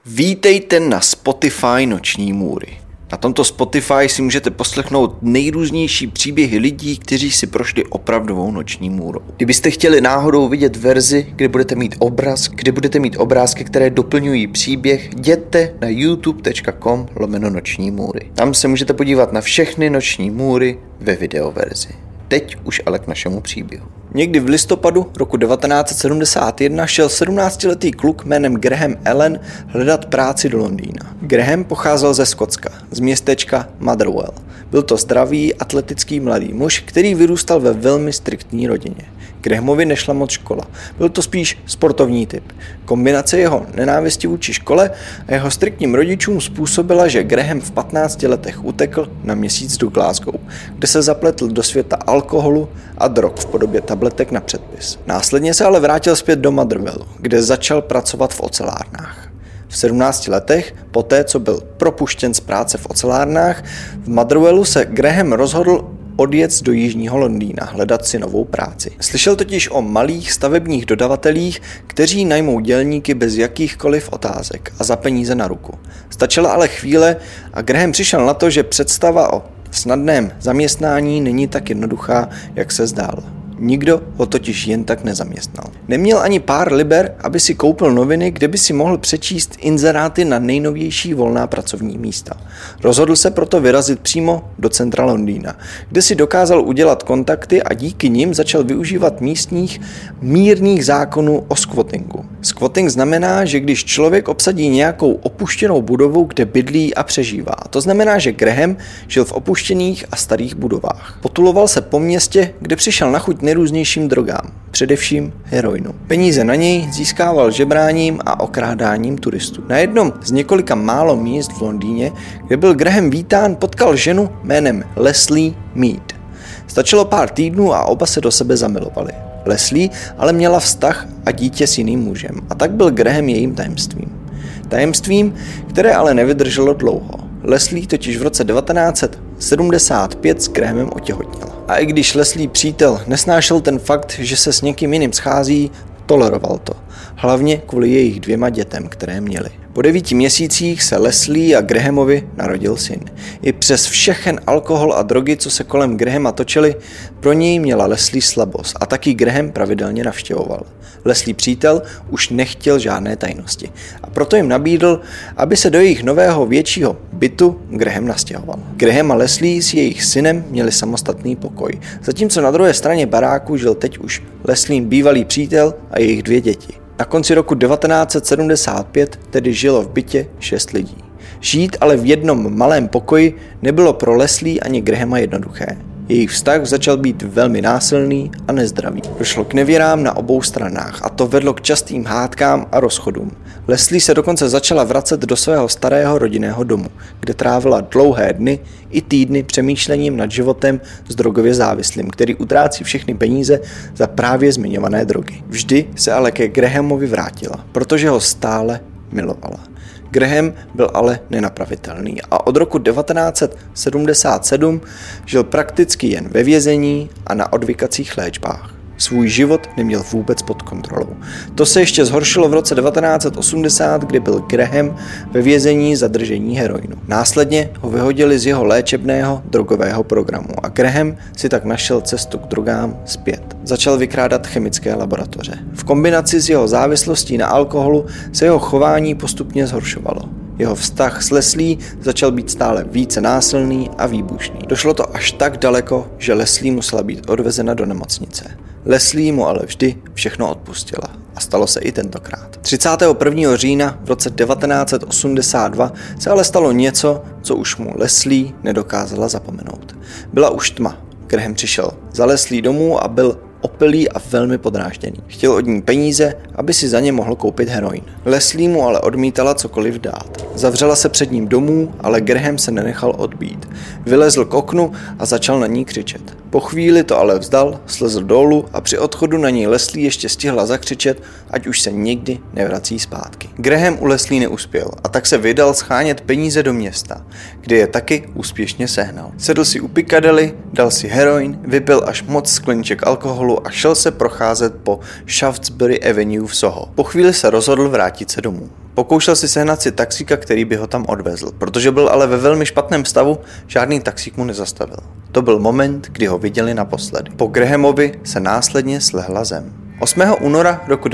Vítejte na Spotify Noční můry. Na tomto Spotify si můžete poslechnout nejrůznější příběhy lidí, kteří si prošli opravdovou noční můrou. Kdybyste chtěli náhodou vidět verzi, kde budete mít obraz, kde budete mít obrázky, které doplňují příběh, jděte na youtube.com/noční můry. Tam se můžete podívat na všechny noční můry ve videoverzi. Teď už ale k našemu příběhu. Někdy v listopadu roku 1971 šel 17letý kluk jménem Graham Allen hledat práci do Londýna. Graham pocházel ze Skotska, z městečka Motherwell. Byl to zdravý, atletický mladý muž, který vyrůstal ve velmi striktní rodině. Grahamovi nešla moc škola. Byl to spíš sportovní typ. Kombinace jeho nenávisti vůči škole a jeho striktním rodičům způsobila, že Graham v 15 letech utekl na měsíc do Glasgow, kde se zapletl do světa alkoholu a drog v podobě tabletek na předpis. Následně se ale vrátil zpět do Motherwellu, kde začal pracovat v ocelárnách. V 17 letech, poté co byl propuštěn z práce v ocelárnách, v Motherwellu se Graham rozhodl odjet do jižního Londýna, hledat si novou práci. Slyšel totiž o malých stavebních dodavatelích, kteří najmou dělníky bez jakýchkoliv otázek a za peníze na ruku. Stačila ale chvíle a Graham přišel na to, že představa o snadném zaměstnání není tak jednoduchá, jak se zdálo. Nikdo ho totiž jen tak nezaměstnal. Neměl ani pár liber, aby si koupil noviny, kde by si mohl přečíst inzeráty na nejnovější volná pracovní místa. Rozhodl se proto vyrazit přímo do centra Londýna, kde si dokázal udělat kontakty a díky nim začal využívat místních mírných zákonů o squattingu. Squatting znamená, že když člověk obsadí nějakou opuštěnou budovu, kde bydlí a přežívá. To znamená, že Graham žil v opuštěných a starých budovách. Potuloval se po městě, kde přišel na chuť nejrůznějším drogám, především heroinu. Peníze na něj získával žebráním a okrádáním turistů. Na jednom z několika málo míst v Londýně, kde byl Graham vítán, potkal ženu jménem Leslie Mead. Stačilo pár týdnů a oba se do sebe zamilovali. Leslie ale měla vztah a dítě s jiným mužem a tak byl Graham jejím tajemstvím. Tajemstvím, které ale nevydrželo dlouho. Leslie totiž v roce 1975 s Grahamem otěhotněla. A i když Leslie přítel nesnášel ten fakt, že se s někým jiným schází, toleroval to. Hlavně kvůli jejich 2 dětem, které měli. Po 9 měsících se Leslie a Grahamovi narodil syn. I přes všechen alkohol a drogy, co se kolem Grahama točily, pro něj měla Leslie slabost a taky Graham pravidelně navštěvoval. Leslie přítel už nechtěl žádné tajnosti a proto jim nabídl, aby se do jejich nového většího bytu Graham nastěhoval. Graham a Leslie s jejich synem měli samostatný pokoj, zatímco na druhé straně baráku žil teď už Leslien bývalý přítel a jejich 2 děti. Na konci roku 1975 tedy žilo v bytě 6 lidí. Žít ale v jednom malém pokoji nebylo pro Leslie ani Grahama jednoduché. Jejich vztah začal být velmi násilný a nezdravý. Došlo k nevěrám na obou stranách a to vedlo k častým hádkám a rozchodům. Leslie se dokonce začala vracet do svého starého rodinného domu, kde trávila dlouhé dny i týdny přemýšlením nad životem s drogově závislým, který utrácí všechny peníze za právě zmiňované drogy. Vždy se ale ke Grahamovi vrátila, protože ho stále milovala. Graham byl ale nenapravitelný a od roku 1977 žil prakticky jen ve vězení a na odvykacích léčbách. Svůj život neměl vůbec pod kontrolou. To se ještě zhoršilo v roce 1980, kdy byl Graham ve vězení za držení heroinu. Následně ho vyhodili z jeho léčebného drogového programu a Graham si tak našel cestu k drogám zpět. Začal vykrádat chemické laboratoře. V kombinaci s jeho závislostí na alkoholu se jeho chování postupně zhoršovalo. Jeho vztah s Leslie začal být stále více násilný a výbušný. Došlo to až tak daleko, že Leslie musela být odvezena do nemocnice. Leslie mu ale vždy všechno odpustila. A stalo se i tentokrát. 31. října v roce 1982 se ale stalo něco, co už mu Leslie nedokázala zapomenout. Byla už tma. Graham přišel za Leslie domů a byl opilý a velmi podrážděný. Chtěl od ní peníze, aby si za ně mohl koupit heroin. Leslie mu ale odmítala cokoliv dát. Zavřela se před ním domů, ale Graham se nenechal odbít. Vylezl k oknu a začal na ní křičet. Po chvíli to ale vzdal, slezl dolů a při odchodu na něj Leslie ještě stihla zakřičet, ať už se nikdy nevrací zpátky. Graham u Leslie neuspěl a tak se vydal schánět peníze do města, kde je taky úspěšně sehnal. Sedl si u Piccadilly, dal si heroin, vypil až moc skleniček alkoholu a šel se procházet po Shaftesbury Avenue v Soho. Po chvíli se rozhodl vrátit se domů. Pokoušel si sehnat si taxíka, který by ho tam odvezl, protože byl ale ve velmi špatném stavu, žádný taxík mu nezastavil. To byl moment, kdy ho viděli naposledy. Po Grahamovi se následně slehla zem. 8. února roku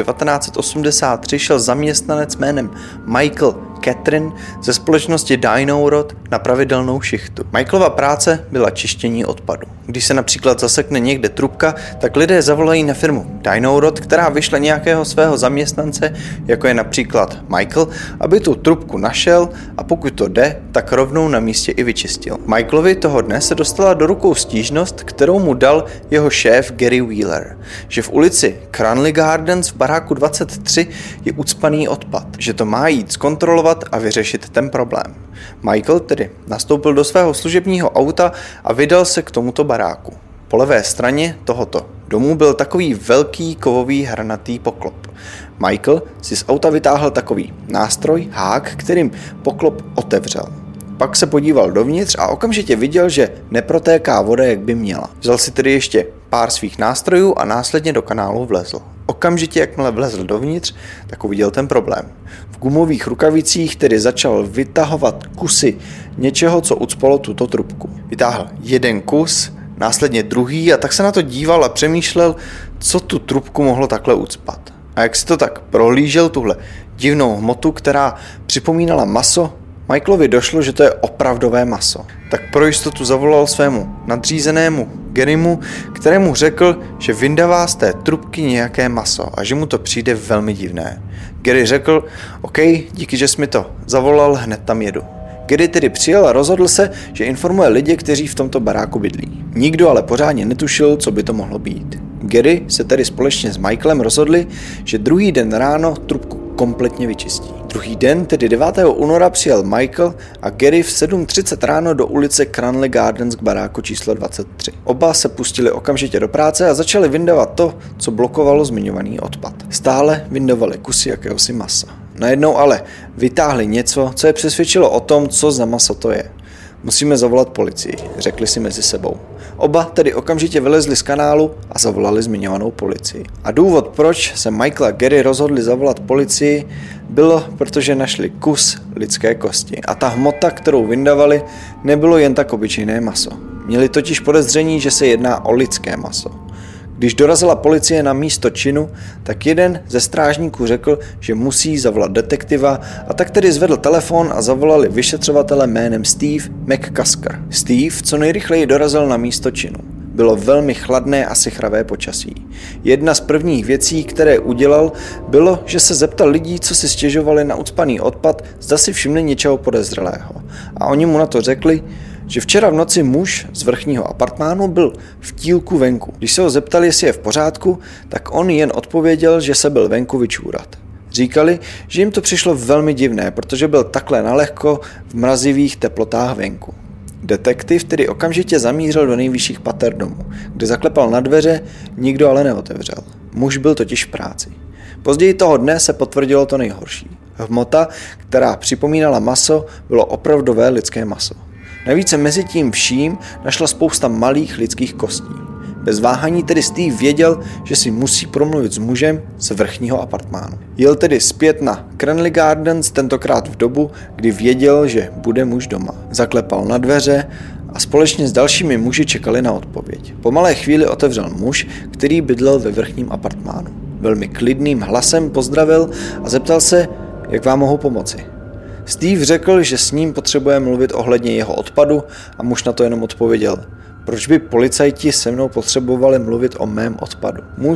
1983 šel zaměstnanec jménem Michael Catherine ze společnosti Dyno-Rod na pravidelnou šichtu. Michaelova práce byla čištění odpadu. Když se například zasekne někde trubka, tak lidé zavolají na firmu Dyno-Rod, která vyšle nějakého svého zaměstnance, jako je například Michael, aby tu trubku našel a pokud to jde, tak rovnou na místě i vyčistil. Michaelovi toho dne se dostala do rukou stížnost, kterou mu dal jeho šéf Gary Wheeler, že v ulici Cranley Gardens v baráku 23 je ucpaný odpad, že to má jít zkontrolovat a vyřešit ten problém. Michael tedy nastoupil do svého služebního auta a vydal se k tomuto baráku. Po levé straně tohoto domu byl takový velký kovový hranatý poklop. Michael si z auta vytáhl takový nástroj, hák, kterým poklop otevřel. Pak se podíval dovnitř a okamžitě viděl, že neprotéká voda, jak by měla. Vzal si tedy ještě pár svých nástrojů a následně do kanálu vlezl. Okamžitě, jakmile vlezl dovnitř, tak uviděl ten problém. V gumových rukavicích tedy začal vytahovat kusy něčeho, co ucpalo tuto trubku. Vytáhl jeden kus, následně druhý a tak se na to díval a přemýšlel, co tu trubku mohlo takhle ucpat. A jak si to tak prohlížel, tuhle divnou hmotu, která připomínala maso, Michaelovi došlo, že to je opravdové maso. Tak pro jistotu zavolal svému nadřízenému Garymu, kterému řekl, že vyndavá z té trubky nějaké maso a že mu to přijde velmi divné. Gary řekl, OK, díky, že jsi mi to zavolal, hned tam jedu. Gary tedy přijel a rozhodl se, že informuje lidi, kteří v tomto baráku bydlí. Nikdo ale pořádně netušil, co by to mohlo být. Gary se tedy společně s Michaelem rozhodli, že druhý den ráno trubku kompletně vyčistí. Druhý den, tedy 9. února, přijel Michael a Gary v 7:30 ráno do ulice Cranley Gardens k baráku číslo 23. Oba se pustili okamžitě do práce a začali vyndavat to, co blokovalo zmiňovaný odpad. Stále vyndavali kusy jakéhosi masa. Najednou ale vytáhli něco, co je přesvědčilo o tom, co za maso to je. Musíme zavolat policii, řekli si mezi sebou. Oba tedy okamžitě vylezli z kanálu a zavolali zmiňovanou policii. A důvod, proč se Michael a Gary rozhodli zavolat policii, bylo, protože našli kus lidské kosti. A ta hmota, kterou vyndavali, nebylo jen tak obyčejné maso. Měli totiž podezření, že se jedná o lidské maso. Když dorazila policie na místo činu, tak jeden ze strážníků řekl, že musí zavolat detektiva a tak tedy zvedl telefon a zavolali vyšetřovatele jménem Steve McCusker. Steve co nejrychleji dorazil na místo činu. Bylo velmi chladné a sichravé počasí. Jedna z prvních věcí, které udělal, bylo, že se zeptal lidí, co si stěžovali na ucpaný odpad, zda si všimli něčeho podezřelého. A oni mu na to řekli, že včera v noci muž z vrchního apartmánu byl v tílku venku. Když se ho zeptali, jestli je v pořádku, tak on jen odpověděl, že se byl venku vyčůrat. Říkali, že jim to přišlo velmi divné, protože byl takhle nalehko v mrazivých teplotách venku. Detektiv tedy okamžitě zamířil do nejvyšších pater domu, kde zaklepal na dveře, nikdo ale neotevřel. Muž byl totiž v práci. Později toho dne se potvrdilo to nejhorší. Hmota, která připomínala maso, bylo opravdové lidské maso. Navíc se mezi tím vším našla spousta malých lidských kostí. Bez váhání tedy Steve věděl, že si musí promluvit s mužem z vrchního apartmánu. Jel tedy zpět na Cranley Gardens, tentokrát v dobu, kdy věděl, že bude muž doma. Zaklepal na dveře a společně s dalšími muži čekali na odpověď. Po malé chvíli otevřel muž, který bydlel ve vrchním apartmánu. Velmi klidným hlasem pozdravil a zeptal se, jak vám mohu pomoci. Steve řekl, že s ním potřebuje mluvit ohledně jeho odpadu a muž na to jenom odpověděl. Proč by policajti se mnou potřebovali mluvit o mém odpadu? Muž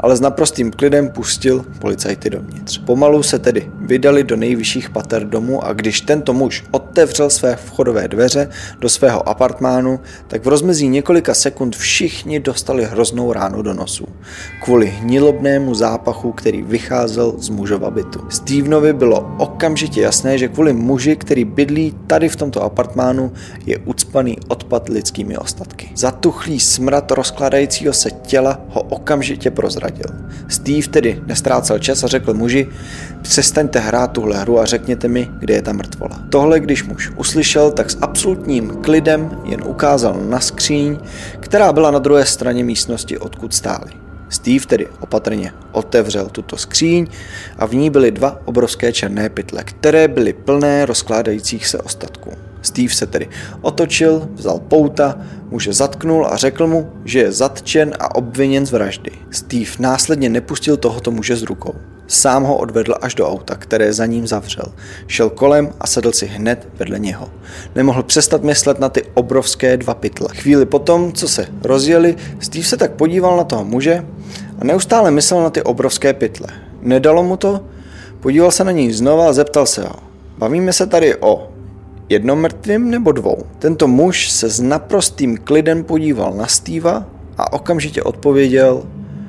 ale s naprostým klidem pustil policajty dovnitř. Pomalu se tedy vydali do nejvyšších pater domu a když tento muž otevřel své vchodové dveře do svého apartmánu, tak v rozmezí několika sekund všichni dostali hroznou ránu do nosu. Kvůli hnilobnému zápachu, který vycházel z mužova bytu. Stevenovi bylo okamžitě jasné, že kvůli muži, který bydlí tady v tomto apartmánu, je ucpaný odpad lidskými ostatky. Zatuchlý smrad rozkládajícího se těla ho okamžitě prozradil. Steve tedy nestrácel čas a řekl muži: přestaňte hrát tuhle hru a řekněte mi, kde je ta mrtvola. Tohle, když muž uslyšel, tak s absolutním klidem jen ukázal na skříň, která byla na druhé straně místnosti, odkud stáli. Steve tedy opatrně otevřel tuto skříň a v ní byly 2 obrovské černé pytle, které byly plné rozkládajících se ostatků. Steve se tedy otočil, vzal pouta, muže zatknul a řekl mu, že je zatčen a obviněn z vraždy. Steve následně nepustil tohoto muže z rukou. Sám ho odvedl až do auta, které za ním zavřel. Šel kolem a sedl si hned vedle něho. Nemohl přestat myslet na ty obrovské 2 pytle. Chvíli potom, co se rozjeli, Steve se tak podíval na toho muže a neustále myslel na ty obrovské pytle. Nedalo mu to? Podíval se na něj znova a zeptal se ho: bavíme se tady o jednom mrtvým nebo 2? Tento muž se s naprostým klidem podíval na Steva a okamžitě odpověděl: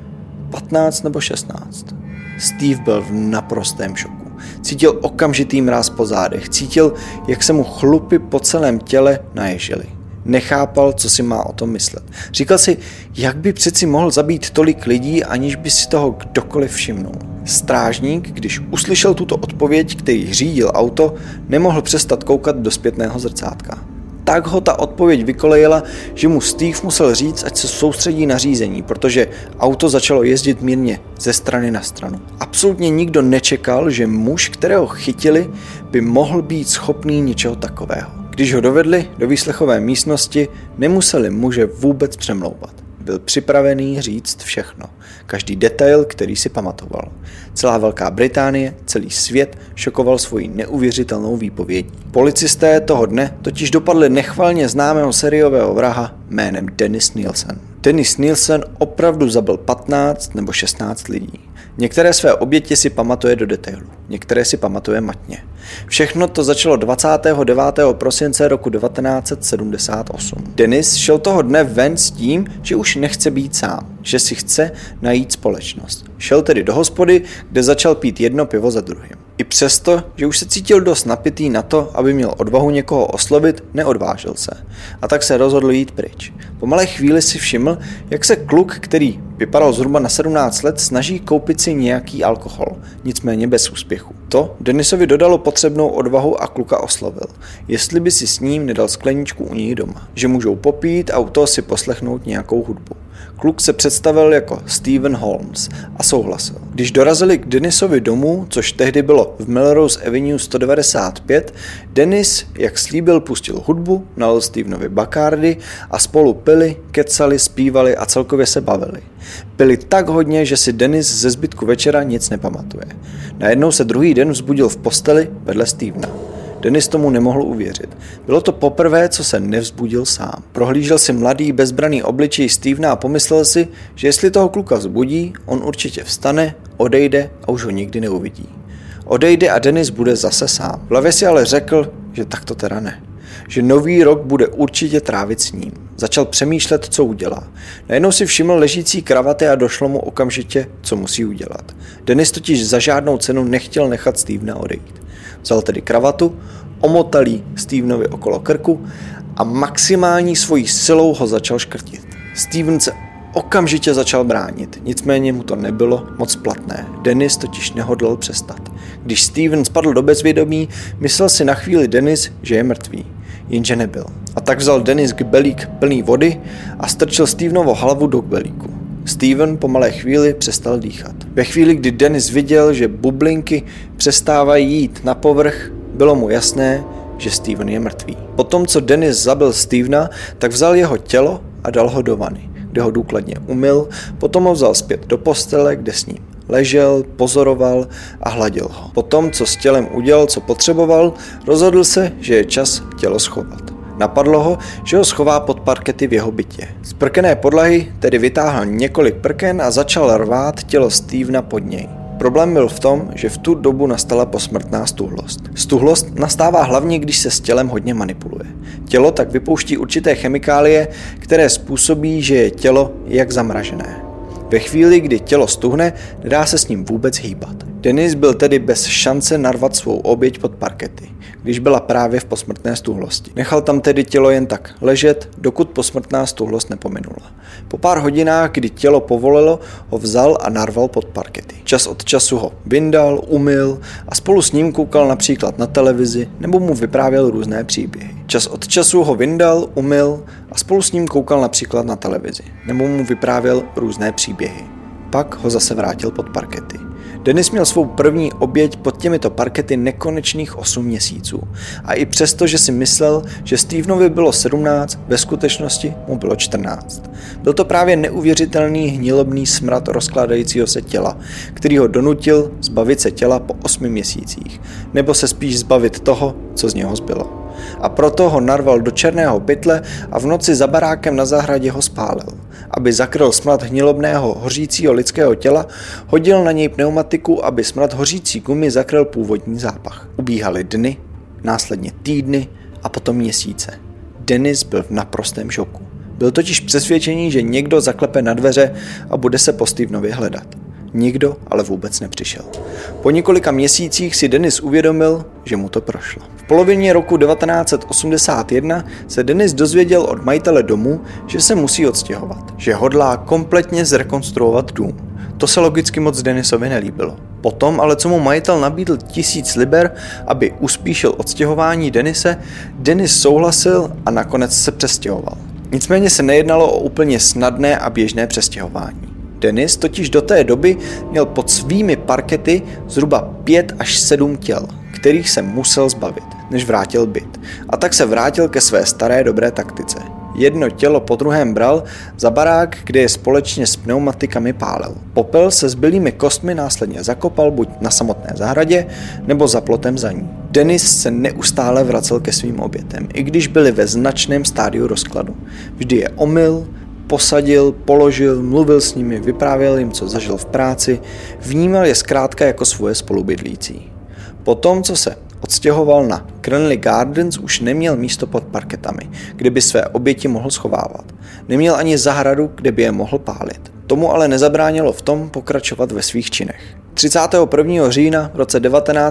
15 nebo 16. Steve byl v naprostém šoku. Cítil okamžitý mráz po zádech. Cítil, jak se mu chlupy po celém těle naježily. Nechápal, co si má o tom myslet. Říkal si, jak by přeci mohl zabít tolik lidí, aniž by si toho kdokoliv všimnul. Strážník, když uslyšel tuto odpověď, který řídil auto, nemohl přestat koukat do zpětného zrcátka. Tak ho ta odpověď vykolejila, že mu Steve musel říct, ať se soustředí na řízení, protože auto začalo jezdit mírně ze strany na stranu. Absolutně nikdo nečekal, že muž, kterého chytili, by mohl být schopný něčeho takového. Když ho dovedli do výslechové místnosti, nemuseli muže vůbec přemlouvat. Byl připravený říct všechno. Každý detail, který si pamatoval. Celá Velká Británie, celý svět šokoval svojí neuvěřitelnou výpovědí. Policisté toho dne totiž dopadli nechvalně známého seriového vraha jménem Dennis Nilsen. Dennis Nilsen opravdu zabil 15 nebo 16 lidí. Některé své oběti si pamatuje do detailu, některé si pamatuje matně. Všechno to začalo 29. prosince roku 1978. Dennis šel toho dne ven s tím, že už nechce být sám, že si chce najít společnost. Šel tedy do hospody, kde začal pít jedno pivo za druhým. I přesto, že už se cítil dost napitý na to, aby měl odvahu někoho oslovit, neodvážil se. A tak se rozhodl jít pryč. Po malé chvíli si všiml, jak se kluk, který vypadal zhruba na 17 let, snaží koupit si nějaký alkohol, nicméně bez úspěchu. To Dennisovi dodalo potřebnou odvahu a kluka oslovil, jestli by si s ním nedal skleničku u něj doma, že můžou popít a u toho si poslechnout nějakou hudbu. Kluk se představil jako Stephen Holmes a souhlasil. Když dorazili k Dennisovi domů, což tehdy bylo v Melrose Avenue 195, Dennis, jak slíbil, pustil hudbu, nalil Stevenovi Bacardi a spolu pili, kecali, zpívali a celkově se bavili. Pili tak hodně, že si Dennis ze zbytku večera nic nepamatuje. Najednou se druhý den vzbudil v posteli vedle Stevena. Dennis tomu nemohl uvěřit. Bylo to poprvé, co se nevzbudil sám. Prohlížel si mladý, bezbraný obličej Stevena a pomyslel si, že jestli toho kluka vzbudí, on určitě vstane, odejde a už ho nikdy neuvidí. Odejde a Dennis bude zase sám. V hlavě si ale řekl, že tak to teda ne. Že nový rok bude určitě trávit s ním. Začal přemýšlet, co udělá. Najednou si všiml ležící kravaty a došlo mu okamžitě, co musí udělat. Dennis totiž za žádnou cenu nechtěl nechat Stevena odejít. Vzal tedy kravatu, omotal jí Stevenovi okolo krku a maximální svojí silou ho začal škrtit. Steven se okamžitě začal bránit, nicméně mu to nebylo moc platné. Dennis totiž nehodlal přestat. Když Steven spadl do bezvědomí, myslel si na chvíli Dennis, že je mrtvý. Jenže nebyl. A tak vzal Dennis kbelík plný vody a strčil Stevenovo hlavu do kbelíku. Steven po malé chvíli přestal dýchat. Ve chvíli, kdy Dennis viděl, že bublinky přestávají jít na povrch, bylo mu jasné, že Steven je mrtvý. Potom, co Dennis zabil Stevena, tak vzal jeho tělo a dal ho do vany, kde ho důkladně umyl, potom ho vzal zpět do postele, kde s ním ležel, pozoroval a hladil ho. Potom, co s tělem udělal, co potřeboval, rozhodl se, že je čas tělo schovat. Napadlo ho, že ho schová pod parkety v jeho bytě. Z prkené podlahy tedy vytáhl několik prken a začal rvát tělo Stevena pod něj. Problém byl v tom, že v tu dobu nastala posmrtná stuhlost. Stuhlost nastává hlavně, když se s tělem hodně manipuluje. Tělo tak vypouští určité chemikálie, které způsobí, že je tělo jak zamražené. Ve chvíli, kdy tělo stuhne, nedá se s ním vůbec hýbat. Dennis byl tedy bez šance narvat svou oběť pod parkety, když byla právě v posmrtné stuhlosti. Nechal tam tedy tělo jen tak ležet, dokud posmrtná stuhlost nepominula. Po pár hodinách, kdy tělo povolilo, ho vzal a narval pod parkety. Čas od času ho vyndal, umyl a spolu s ním koukal například na televizi nebo mu vyprávěl různé příběhy. Čas od času ho vyndal, umyl a spolu s ním koukal například na televizi nebo mu vyprávěl různé příběhy. Pak ho zase vrátil pod parkety. Dennis měl svou první oběť pod těmito parkety nekonečných 8 měsíců. A i přesto, že si myslel, že Stevenovi bylo 17, ve skutečnosti mu bylo 14. Byl to právě neuvěřitelný hnilobný smrad rozkládajícího se těla, který ho donutil zbavit se těla po 8 měsících, nebo se spíš zbavit toho, co z něho zbylo. A proto ho narval do černého pytle a v noci za barákem na zahradě ho spálil. Aby zakryl smrad hnilobného hořícího lidského těla, hodil na něj pneumatiku, aby smrad hořící gumy zakryl původní zápach. Ubíhaly dny, následně týdny a potom měsíce. Dennis byl v naprostém šoku. Byl totiž přesvědčený, že někdo zaklepe na dveře a bude se po Stevenovi hledat. Nikdo ale vůbec nepřišel. Po několika měsících si Dennis uvědomil, že mu to prošlo. V polovině roku 1981 se Dennis dozvěděl od majitele domu, že se musí odstěhovat, že hodlá kompletně zrekonstruovat dům. To se logicky moc Dennisovi nelíbilo. Potom ale co mu majitel nabídl 1000 liber, aby uspíšil odstěhování Dennise, Dennis souhlasil a nakonec se přestěhoval. Nicméně se nejednalo o úplně snadné a běžné přestěhování. Dennis totiž do té doby měl pod svými parkety zhruba 5 až 7 těl, kterých se musel zbavit, než vrátil byt. A tak se vrátil ke své staré dobré taktice. Jedno tělo po druhém bral za barák, kde je společně s pneumatikami pálil. Popel se zbylými kostmi následně zakopal buď na samotné zahradě, nebo za plotem za ní. Dennis se neustále vracel ke svým obětem, i když byli ve značném stádiu rozkladu. Vždy je omyl, posadil, položil, mluvil s nimi, vyprávěl jim, co zažil v práci, vnímal je zkrátka jako svoje spolubydlící. Potom, co se odstěhoval na Cranley Gardens, už neměl místo pod parketami, kde by své oběti mohl schovávat. Neměl ani zahradu, kde by je mohl pálit. Tomu ale nezabránilo v tom pokračovat ve svých činech. 31. října v roce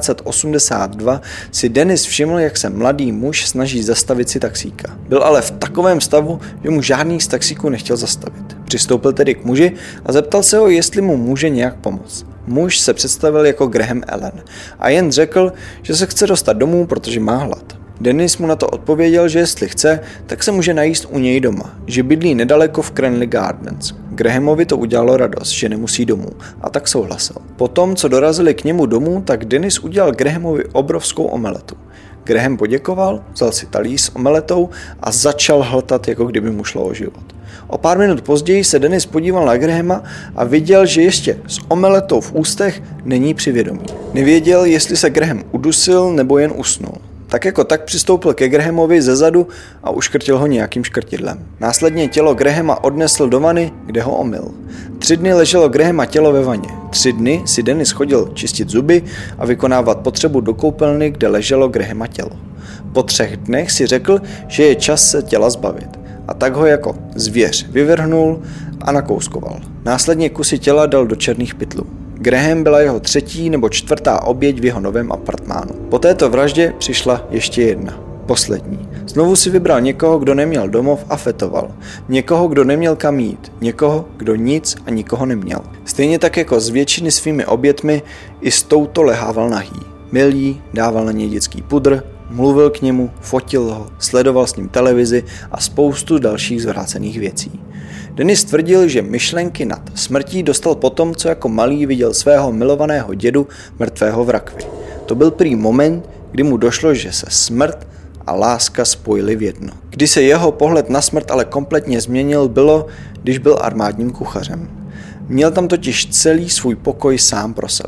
1982 si Dennis všiml, jak se mladý muž snaží zastavit si taxíka. Byl ale v takovém stavu, že mu žádný z taxíků nechtěl zastavit. Přistoupil tedy k muži a zeptal se ho, jestli mu může nějak pomoct. Muž se představil jako Graham Allen a jen řekl, že se chce dostat domů, protože má hlad. Dennis mu na to odpověděl, že jestli chce, tak se může najíst u něj doma, že bydlí nedaleko v Cranley Gardens. Grahamovi to udělalo radost, že nemusí domů, a tak souhlasil. Potom, co dorazili k němu domů, tak Dennis udělal Grahamovi obrovskou omeletu. Graham poděkoval, vzal si talíř s omeletou a začal hltat, jako kdyby mu šlo o život. O pár minut později se Dennis podíval na Grahama a viděl, že ještě s omeletou v ústech není při vědomí. Nevěděl, jestli se Graham udusil nebo jen usnul. Tak jako tak přistoupil ke Grahamovi zezadu a uškrtil ho nějakým škrtidlem. Následně tělo Grahama odnesl do vany, kde ho omyl. 3 dny leželo Grahama tělo ve vaně. 3 dny si Dennis chodil čistit zuby a vykonávat potřebu do koupelny, kde leželo Grahama tělo. Po 3 dnech si řekl, že je čas se těla zbavit. A tak ho jako zvěř vyvrhnul a nakouskoval. Následně kusy těla dal do černých pytlů. Graham byla jeho 3. nebo 4. oběť v jeho novém apartmánu. Po této vraždě přišla ještě jedna, poslední. Znovu si vybral někoho, kdo neměl domov a fetoval. Někoho, kdo neměl kam jít. Někoho, kdo nic a nikoho neměl. Stejně tak jako s většiny svými obětmi i s touto lehával nahý. Myl jí, dával na něj dětský pudr, mluvil k němu, fotil ho, sledoval s ním televizi a spoustu dalších zvrácených věcí. Dennis tvrdil, že myšlenky nad smrtí dostal potom, co jako malý viděl svého milovaného dědu mrtvého v rakvi. To byl prý moment, kdy mu došlo, že se smrt a láska spojily v jedno. Kdy se jeho pohled na smrt ale kompletně změnil, bylo, když byl armádním kuchařem. Měl tam totiž celý svůj pokoj sám pro sebe.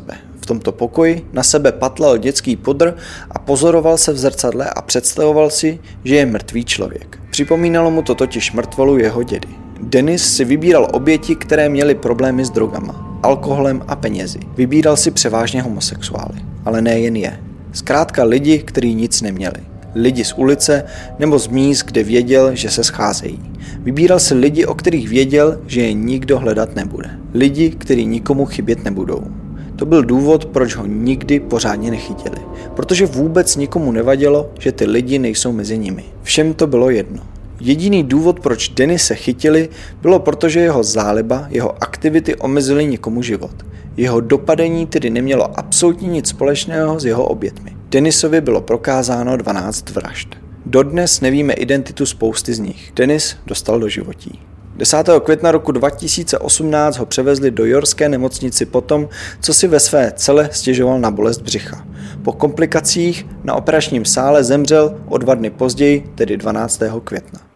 V tomto pokoji na sebe patlal dětský pudr a pozoroval se v zrcadle a představoval si, že je mrtvý člověk. Připomínalo mu to totiž mrtvolu jeho dědy. Dennis si vybíral oběti, které měly problémy s drogama, alkoholem a penězi. Vybíral si převážně homosexuály, ale nejen je. Zkrátka lidi, kteří nic neměli. Lidi z ulice nebo z míst, kde věděl, že se scházejí. Vybíral si lidi, o kterých věděl, že je nikdo hledat nebude. Lidi, kteří nikomu chybět nebudou. To byl důvod, proč ho nikdy pořádně nechytili. Protože vůbec nikomu nevadilo, že ty lidi nejsou mezi nimi. Všem to bylo jedno. Jediný důvod, proč Dennise chytili, bylo protože jeho záliba, jeho aktivity omezily někomu život. Jeho dopadení tedy nemělo absolutně nic společného s jeho obětmi. Dennisovi bylo prokázáno 12 vražd. Dodnes nevíme identitu spousty z nich. Dennis dostal doživotí. 10. května roku 2018 ho převezli do Yorkské nemocnici potom, co si ve své cele stěžoval na bolest břicha. Po komplikacích na operačním sále zemřel o 2 dny později, tedy 12. května.